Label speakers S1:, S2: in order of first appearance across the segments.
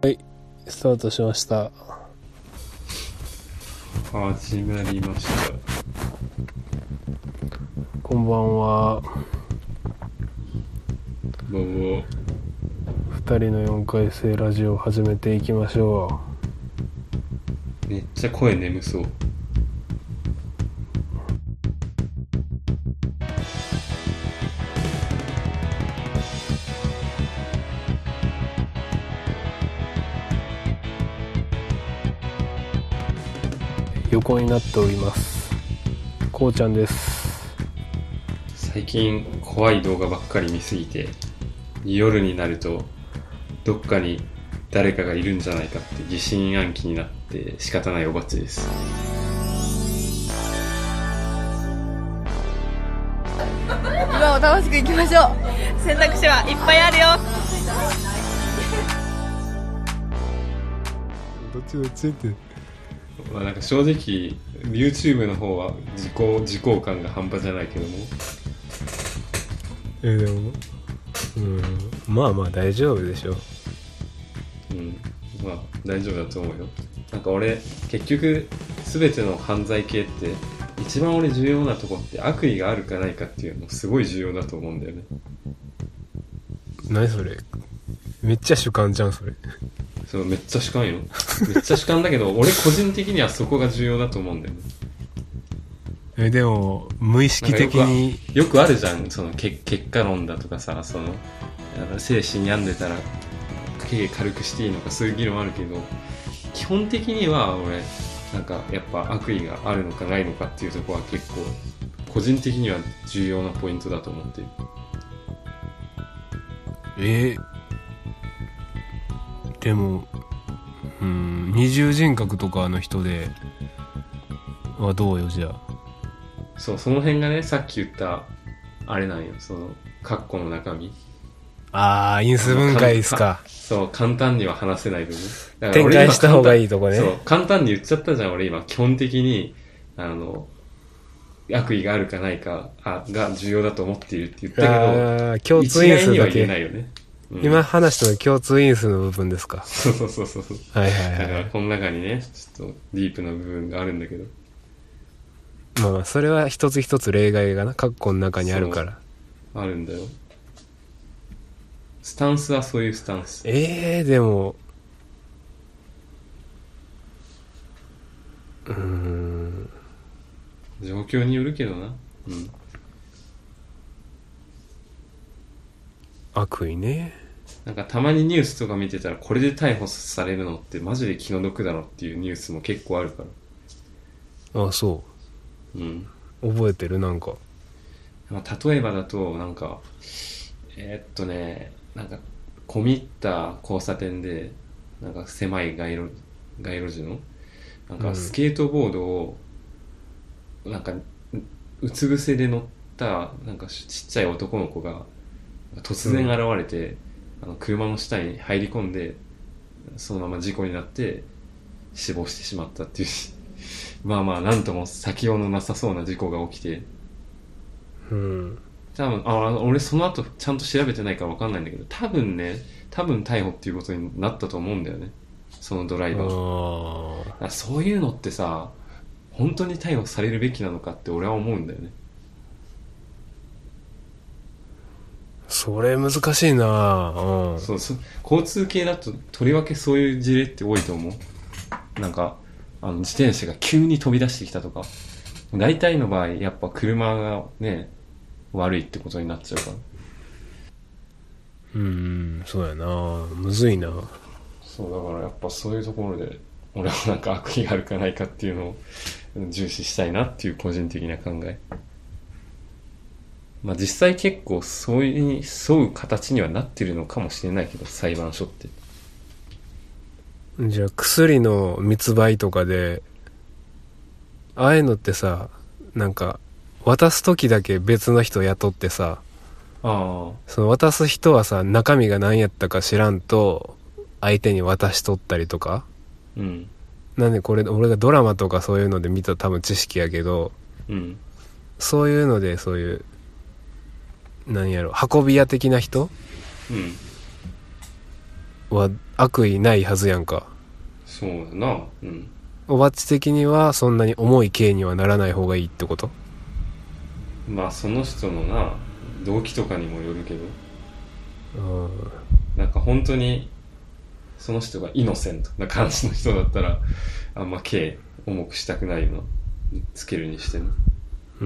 S1: はい、スタートしました。
S2: 始まりました。
S1: こんばんは。
S2: どうも。
S1: 2人の4回生ラジオを始めていきましょ
S2: めっちゃ声眠そう。
S1: 横になっております。こうちゃんです。
S2: 最近怖い動画ばっかり見すぎて、夜になるとどっかに誰かがいるんじゃないかって疑心暗鬼になって仕方ないおばちです。
S3: 今を楽しくいきましょう。選択肢はいっぱいあるよ。
S1: どっちって
S2: まあなんか正直 YouTube の方は自己感が半端じゃないけども、
S1: でもまあまあ大丈夫でしょ。
S2: まあ大丈夫だと思うよ。なんか俺結局全ての犯罪系って一番俺重要なとこって悪意があるかないかっていうのすごい重要だと思うんだよね。
S1: 何それ、めっちゃ主観じゃんそれ。
S2: そうめっちゃ主観よ。めっちゃ主観だけど俺個人的にはそこが重要だと思うんだよね。
S1: でも無意識的に
S2: よくあるじゃん、その結果論だとかさ、その精神病んでたら軽くしていいのか、そういう議論あるけど、基本的には俺なんかやっぱ悪意があるのかないのかっていうところは結構個人的には重要なポイントだと思っている。
S1: でも二重人格とかの人ではどうよ。じゃあ
S2: その辺がね、さっき言ったあれなんよ、そのカッコの中身。
S1: 因数分解ですか。
S2: そう簡単には話せない部分だから
S1: 展開した方がいいとこね。
S2: そう簡単に言っちゃったじゃん。俺今基本的に悪意があるかないかが重要だと思っているって言ったけど、
S1: 共通因数だけ
S2: 一概には言えないよね。
S1: 今話したの共通因数の部分ですか。
S2: そう
S1: はいはいはい。
S2: だからこの中にねちょっとディープな部分があるんだけど、
S1: まあそれは一つ一つ例外がな、カッコの中にあるから
S2: あるんだよ。スタンスはそういうスタンス。
S1: でも
S2: 状況によるけどな。
S1: 悪意ね。
S2: なんかたまにニュースとか見てたら、これで逮捕されるのってマジで気の毒だろっていうニュースも結構あるから。
S1: そう覚えてる。なんか
S2: 例えばだとなんかなんか込み入った交差点で、なんか狭い街路樹のなんかスケートボードをなんかうつ伏せで乗ったなんかちっちゃい男の子が突然現れて、車の下に入り込んでそのまま事故になって死亡してしまったっていうまあなんとも先ようのなさそうな事故が起きて、多分俺その後ちゃんと調べてないから分かんないんだけど、多分逮捕っていうことになったと思うんだよね、そのドライバー。そういうのってさ、本当に逮捕されるべきなのかって俺は思うんだよね。
S1: それ難しいな。
S2: そう交通系だととりわけそういう事例って多いと思う。なんか自転車が急に飛び出してきたとか、大体の場合やっぱ車がね悪いってことになっちゃうから。
S1: そうやな。むずいな。
S2: そうだからやっぱそういうところで俺はなんか悪意があるかないかっていうのを重視したいなっていう個人的な考え。まあ実際結構そういうに沿う形にはなってるのかもしれないけど、裁判所って。
S1: じゃあ薬の密売とかでああいうのってさ、なんか渡す時だけ別の人雇ってさ、その渡す人はさ、中身が何やったか知らんと相手に渡しとったりとか。なんでこれ俺がドラマとかそういうので見た多分知識やけど、そういうのでそういう何やろ運び屋的な人、 は悪意ないはずやんか。
S2: そうだな。うん。
S1: おばっち的にはそんなに重い刑にはならない方がいいってこと？
S2: まあその人のな動機とかにもよるけど、
S1: うん。
S2: なんか本当にその人がイノセントな感じの人だったらあんま刑重くしたくないよな、つけるにしても。
S1: うん。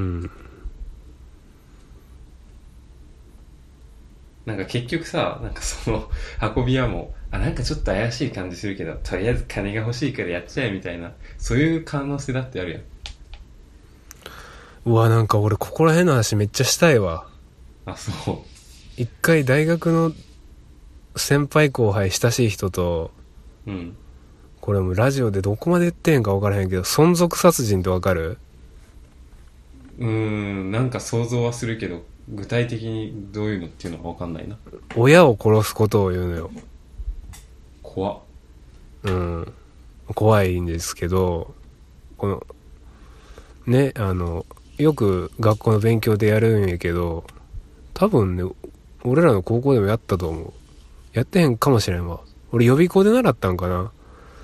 S2: なんか結局さ、なんかその運び屋もなんかちょっと怪しい感じするけどとりあえず金が欲しいからやっちゃえみたいな、そういう可能性だってあるやん。
S1: うわ、なんか俺ここら辺の話めっちゃしたいわ。
S2: あ、そう。
S1: 一回大学の先輩後輩親しい人と、
S2: うん。
S1: これもラジオでどこまで言ってんか分からへんけど、存続殺人って分かる？
S2: なんか想像はするけど具体的にどういうのっていうのは分かんないな。
S1: 親を殺すことを言うのよ。
S2: 怖っ。
S1: うん。怖いんですけど、この、ね、よく学校の勉強でやるんやけど、多分ね、俺らの高校でもやったと思う。やってへんかもしれんわ。俺予備校で習ったんかな。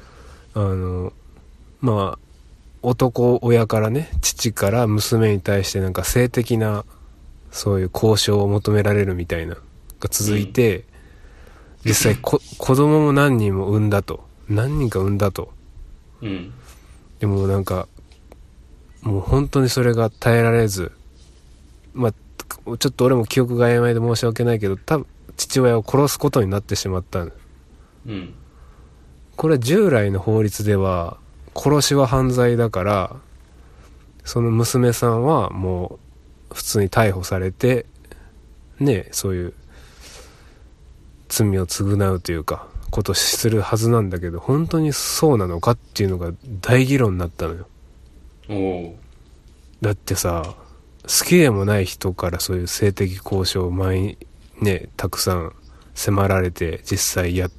S1: まあ、男親からね、父から娘に対してなんか性的な、そういう交渉を求められるみたいな、が続いて、実際子供も何人も産んだと。何人か産んだと。
S2: うん。
S1: でもなんか、もう本当にそれが耐えられず、まあ、ちょっと俺も記憶が曖昧で申し訳ないけど、多分父親を殺すことになってしまったの。
S2: うん。
S1: これ従来の法律では殺しは犯罪だから、その娘さんはもう普通に逮捕されてね、そういう罪を償うというかことするはずなんだけど、本当にそうなのかっていうのが大議論になったのよ。
S2: おお。
S1: だってさ、好きでもない人からそういう性的交渉をね、たくさん迫られて実際やって、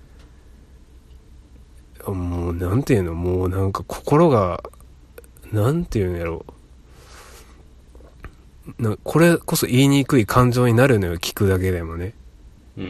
S1: もうなんていうの、もうなんか心が、なんていうんやろう、これこそ言いにくい感情になるのよ、聞くだけでもね。
S2: うん。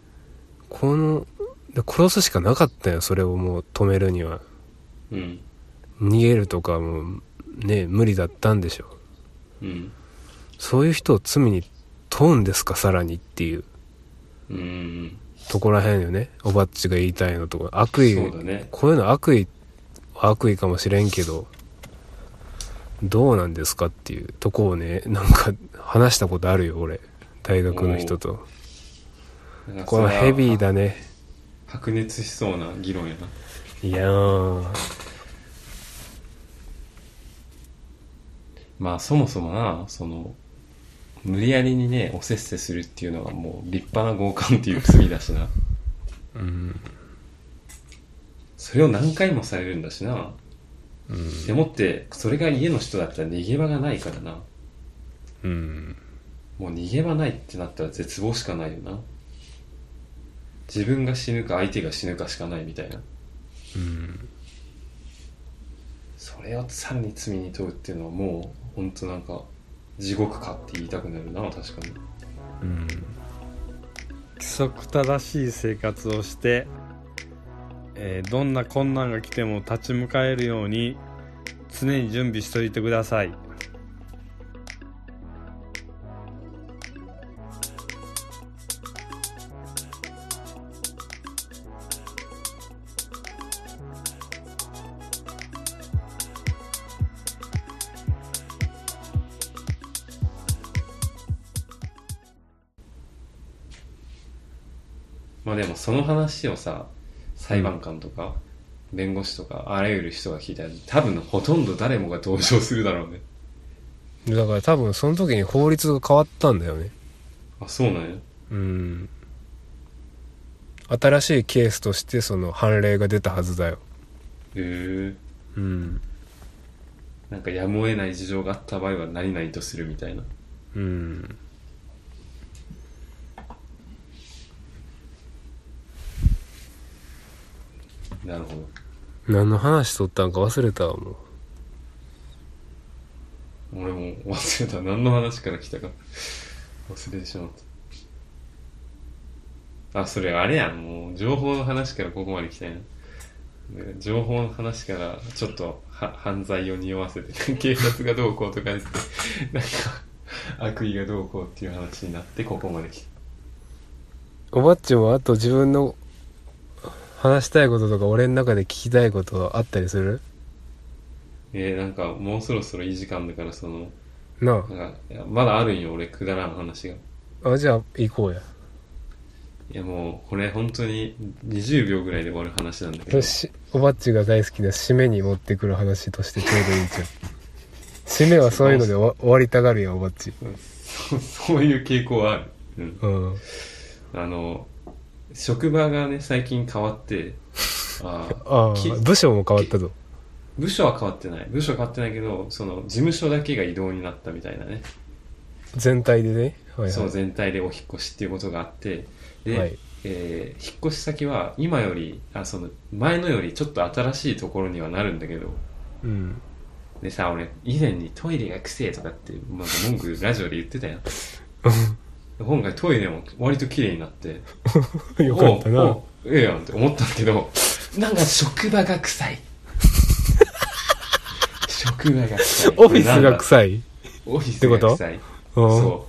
S1: 殺すしかなかったよ、それをもう止めるには。
S2: うん。
S1: 逃げるとかもね、無理だったんでしょ。
S2: うん。
S1: そういう人を罪に問うんですか、さらにっていうところらへんよね、おばっちが言いたいのとか。悪意、
S2: そうだね。
S1: こういうの悪意かもしれんけど、どうなんですかっていうとこをね、なんか話したことあるよ、俺。大学の人と。これはヘビーだね。
S2: 白熱しそうな議論やな。
S1: いやー。
S2: まあそもそもな、その無理やりにねおせっせするっていうのはもう立派な強姦っていう罪だしな。
S1: うん。
S2: それを何回もされるんだしな。うん。でもってそれが家の人だったら逃げ場がないからな。
S1: うん。
S2: もう逃げ場ないってなったら絶望しかないよな。自分が死ぬか相手が死ぬかしかないみたいな。
S1: うん。
S2: それをさらに罪に問うっていうのはもう本当なんか地獄かって言いたくなるな、確かに。
S1: うん。
S4: 規則正しい生活をして、どんな困難が来ても立ち向かえるように常に準備しておいてください。
S2: まあでもその話をさ、裁判官とか弁護士とかあらゆる人が聞いたら多分ほとんど誰もが同情するだろうね。
S1: だから多分その時に法律が変わったんだよね。
S2: あ、そうなんや。
S1: うん。新しいケースとしてその判例が出たはずだよ。
S2: へえ。
S1: うん。
S2: なんかやむを得ない事情があった場合は何々とするみたいな。
S1: うん。
S2: なるほど。
S1: 何の話しとったんか忘れたわ、もう。
S2: 俺も忘れた。何の話から来たか忘れてしまった。 あ、それあれやん。もう、情報の話からここまで来たやん。情報の話からちょっと犯罪を匂わせて警察がどうこうとか言ってなんか悪意がどうこうっていう話になってここまで来た。
S1: おばっちもあと自分の話したいこととか俺の中で聞きたいことあったりする？
S2: なんかもうそろそろいい時間だから
S1: な
S2: なんかいやまだあるんよ俺くだらん話が。
S1: あ。じゃあ行こうや。
S2: いやもうこれ本当に20秒ぐらいで終わる話なんだけど。
S1: よし、おばっちが大好きな締めに持ってくる話としてちょうどいいじゃん。締めはそういうので終わりたがるやん、おばっち。
S2: そういう傾向はある。
S1: うん。
S2: 職場がね最近変わって
S1: 部署も変わったぞ。
S2: 部署は変わってない。部署は変わってないけど、その事務所だけが異動になったみたいなね。
S1: 全体でね。はいはい、
S2: そう全体でお引っ越しっていうことがあって、で、
S1: はい、
S2: 引っ越し先は今よりその前のよりちょっと新しいところにはなるんだけど、
S1: うん。
S2: でさ俺以前にトイレがくせえとかって文句ラジオで言ってたやん。今回トイレも割と綺麗になって
S1: よかったな。
S2: ええやんって思ったんだけど、なんか職場が臭い。職場が臭い。
S1: オフィスが臭い。
S2: オフィスが臭い。そう。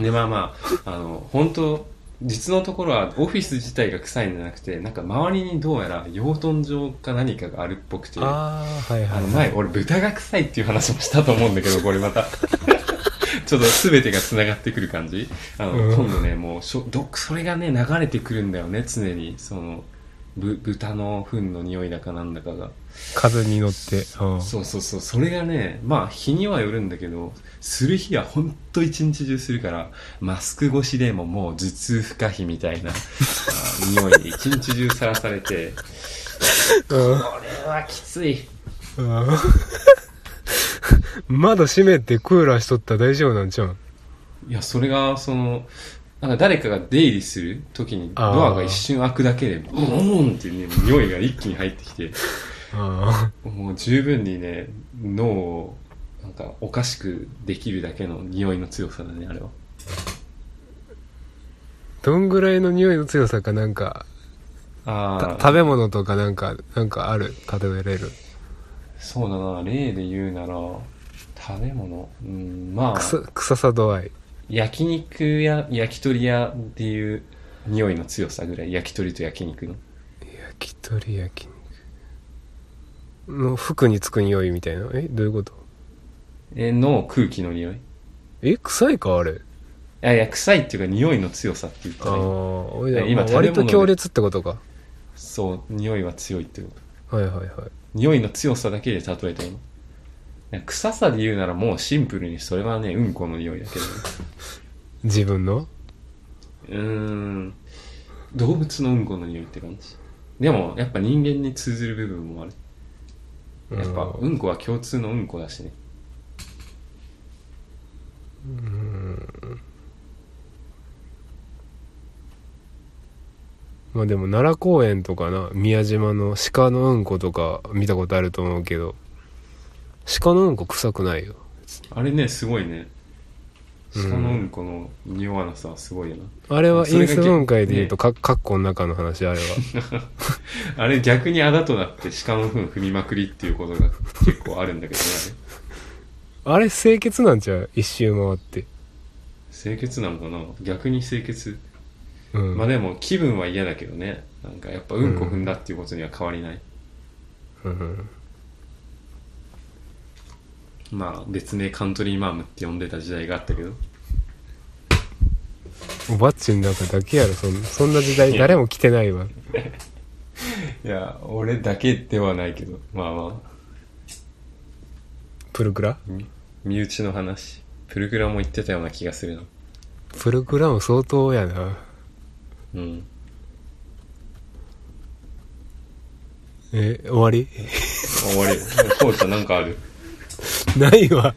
S2: で本当実のところはオフィス自体が臭いんじゃなくて、なんか周りにどうやら養豚場か何かがあるっぽくて、
S1: はいはい、
S2: 前俺豚が臭いっていう話もしたと思うんだけど、これまたちょっと全てが繋がってくる感じ。今度ねもうそれがね流れてくるんだよね、常にその豚の糞の匂いだかなんだかが
S1: 風に乗って、
S2: そうそれがね、まあ日にはよるんだけど、する日はほんと一日中するから、マスク越しでももう頭痛不可避みたいな匂いに一日中さらされてこれはきつい。
S1: 窓閉めてクーラーしとったら大丈夫なんちゃう？
S2: いやそれがなんか誰かが出入りする時にドアが一瞬開くだけでボーンってね匂いが一気に入ってきてもう十分にね脳をなんかおかしくできるだけの匂いの強さだね、あれは。
S1: どんぐらいの匂いの強さか、なんか食べ物とかなんかある？例えれる？
S2: そうだな、例で言うなら食べ物、まあ
S1: 臭さ度合い、
S2: 焼肉や焼き鳥屋っていう匂いの強さぐらい。焼き鳥と焼肉の
S1: 焼き鳥焼肉の服につく匂いみたいな。どういうこと？
S2: の空気の匂い。
S1: 臭いかあれ？
S2: いや臭いっていうか匂いの強さって言ったらいい。
S1: 今割と強烈ってことか。
S2: そう、匂いは強いってこと。
S1: はいはいはい。
S2: 匂いの強さだけで例えたの。臭さで言うならもうシンプルにそれはね、うんこの匂いだけど、ね、
S1: 自分の
S2: 動物のうんこの匂いって感じ。でもやっぱ人間に通ずる部分もある。やっぱうんこは共通のうんこだしね。
S1: まあでも奈良公園とかな、宮島の鹿のうんことか見たことあると思うけど、鹿のうんこ臭くないよ。
S2: あれね、すごいね。鹿のうんこの匂わなさすごいよな。
S1: あれは因数分解で言うとカッコの中の話、あれは
S2: あれ逆にあだとなって鹿の糞踏みまくりっていうことが結構あるんだけどね。
S1: あれ清潔なんちゃう？一周回って
S2: 清潔なのかな。逆に清潔、
S1: ま
S2: あでも気分は嫌だけどね。なんかやっぱうんこ踏んだっていうことには変わりない。まあ別名カントリーマームって呼んでた時代があったけど、
S1: おばっちの中だけやろ、そんな時代誰も来てないわ。
S2: いや俺だけではないけど、まあまあ
S1: プルクラ？
S2: 身内の話。プルクラも言ってたような気がするな。
S1: プルクラも相当やな。終わり？
S2: 終わり。こうちゃんなんかある？
S1: ないわ。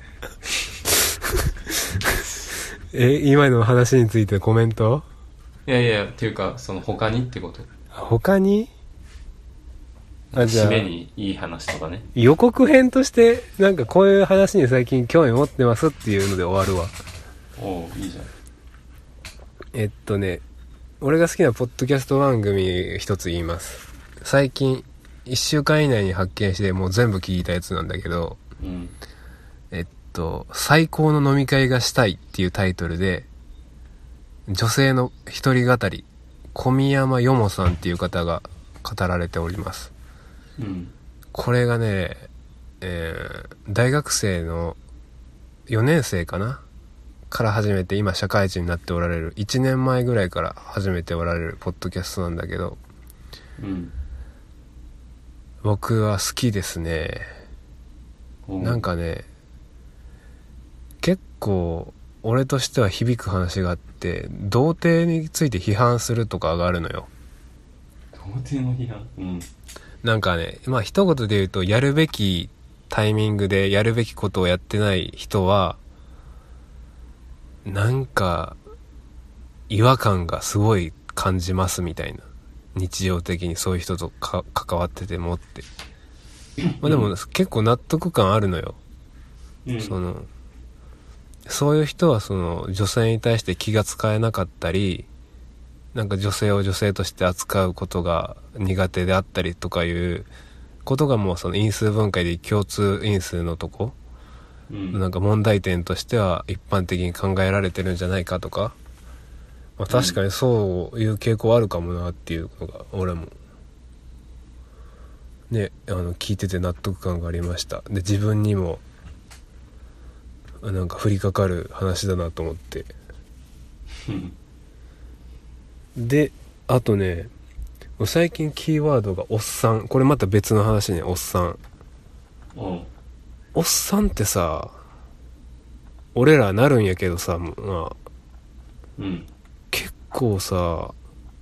S1: 今の話についてコメント？
S2: いやっていうかその他にってこと。
S1: 他に？
S2: じゃあ締めにいい話とかね。
S1: 予告編としてなんかこういう話に最近興味持ってますっていうので終わるわ。
S2: おういいじゃん。
S1: 俺が好きなポッドキャスト番組一つ言います。最近1週間以内に発見してもう全部聞いたやつなんだけど、
S2: うん。
S1: 最高の飲み会がしたいっていうタイトルで、女性の一人語り、小宮山よもさんっていう方が語られております。
S2: うん。
S1: これがね、大学生の4年生かなから始めて、今社会人になっておられる、1年前ぐらいから始めておられるポッドキャストなんだけど、
S2: うん。
S1: 僕は好きですね。なんかね、結構俺としては響く話があって、童貞について批判するとかがあるのよ。
S2: 童貞の批判。うん。
S1: なんかね、まあ一言で言うと、やるべきタイミングでやるべきことをやってない人は、なんか違和感がすごい感じますみたいな。日常的にそういう人と関わっててもって。まあでも結構納得感あるのよ。
S2: うん。
S1: そういう人はその女性に対して気が使えなかったり、なんか女性を女性として扱うことが苦手であったりとかいうことが、もうその因数分解で共通因数のとこ、
S2: うん。
S1: なんか問題点としては一般的に考えられてるんじゃないかとか、まあ、確かにそういう傾向あるかもなっていうのが俺もね、聞いてて納得感がありました。で、自分にもなんか降りかかる話だなと思って。で、あとね、最近キーワードがおっさん。これまた別の話ね。おっさん。
S2: うん。
S1: おっさんってさ、俺らなるんやけどさ、まあ
S2: うん。
S1: 結構さ、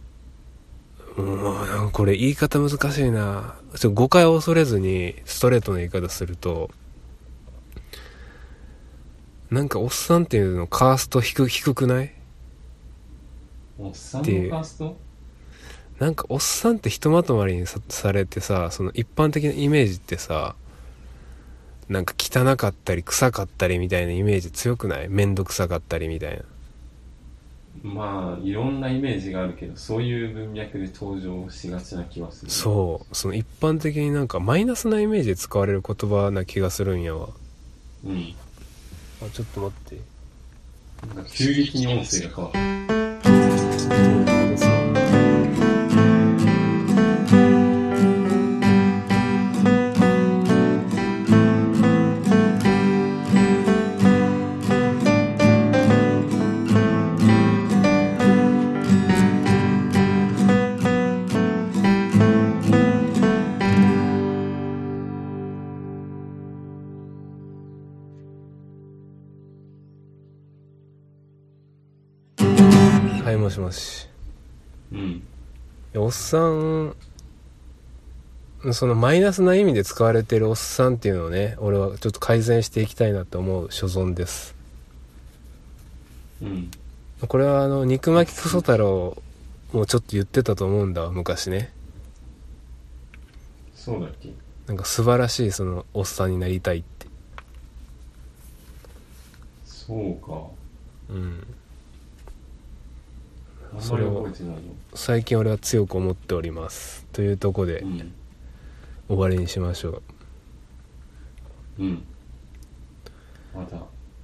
S1: なんかこれ言い方難しいな。誤解を恐れずにストレートな言い方すると、なんかおっさんっていうのカースト低くない？
S2: おっさんのカースト？
S1: なんかおっさんってひとまとまりに されてさ、その一般的なイメージってさ、なんか汚かったり臭かったりみたいなイメージ強くない？めんどくさかったりみたいな。
S2: まあいろんなイメージがあるけど、そういう文脈で登場しがちな気はする。
S1: そう、その一般的になんかマイナスなイメージで使われる言葉な気がするんやわ。
S2: うん。
S1: あ、ちょっと待って。
S2: なんか急激に音声が変わる。
S1: はい、もしもし。
S2: うん。
S1: おっさん、そのマイナスな意味で使われてるおっさんっていうのをね、俺はちょっと改善していきたいなと思う所存です。
S2: うん。
S1: これは肉巻きクソ太郎もちょっと言ってたと思うんだわ、昔ね。
S2: そうだっけ？
S1: なんか素晴らしいそのおっさんになりたいって。
S2: そうか。
S1: うん。
S2: あんまり覚えてないの。
S1: 最近俺は強く思っております。というとこで、
S2: うん。
S1: 終わりにしましょう。
S2: うん。また、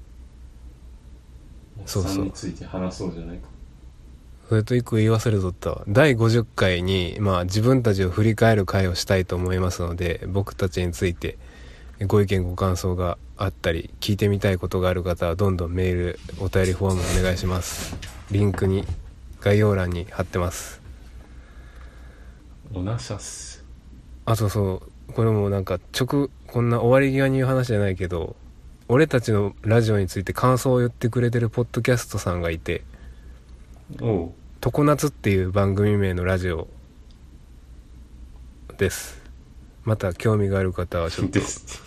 S1: そうそう
S2: おっさんについて話そうじゃないか。
S1: それと一個言い忘れとったわ。第50回に、まあ自分たちを振り返る回をしたいと思いますので、僕たちについてご意見ご感想があったり、聞いてみたいことがある方はどんどんメール、お便りフォームお願いします。リンクに、概要欄に貼ってます。
S2: おなしゃす。
S1: あとそう、これもなんかこんな終わり際に言う話じゃないけど、俺たちのラジオについて感想を言ってくれてるポッドキャストさんがいて、
S2: おう。
S1: 常夏っていう番組名のラジオです。また興味がある方はちょっと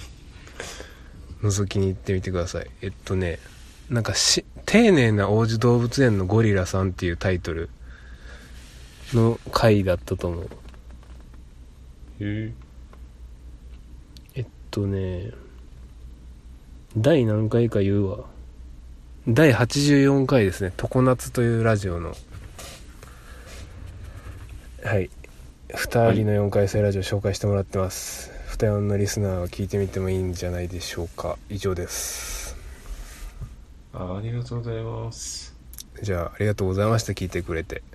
S1: 覗きに行ってみてください。なんか丁寧な王子動物園のゴリラさんっていうタイトルの回だったと思う。
S2: へ
S1: え。第何回か言うわ。第84回ですね。常夏というラジオのはい2人の4回生ラジオ紹介してもらってます。2人のリスナーは聞いてみてもいいんじゃないでしょうか。以上です。
S2: ありがとうございます。
S1: じゃあありがとうございました。聞いてくれて。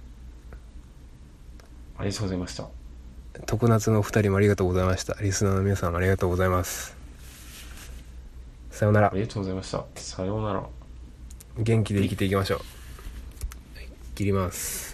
S2: ありがとうございました。
S1: 常夏のお二人もありがとうございました。リスナーの皆さんもありがとうございます。さようなら。
S2: ありがとうございました。さようなら。
S1: 元気で生きていきましょう。切ります。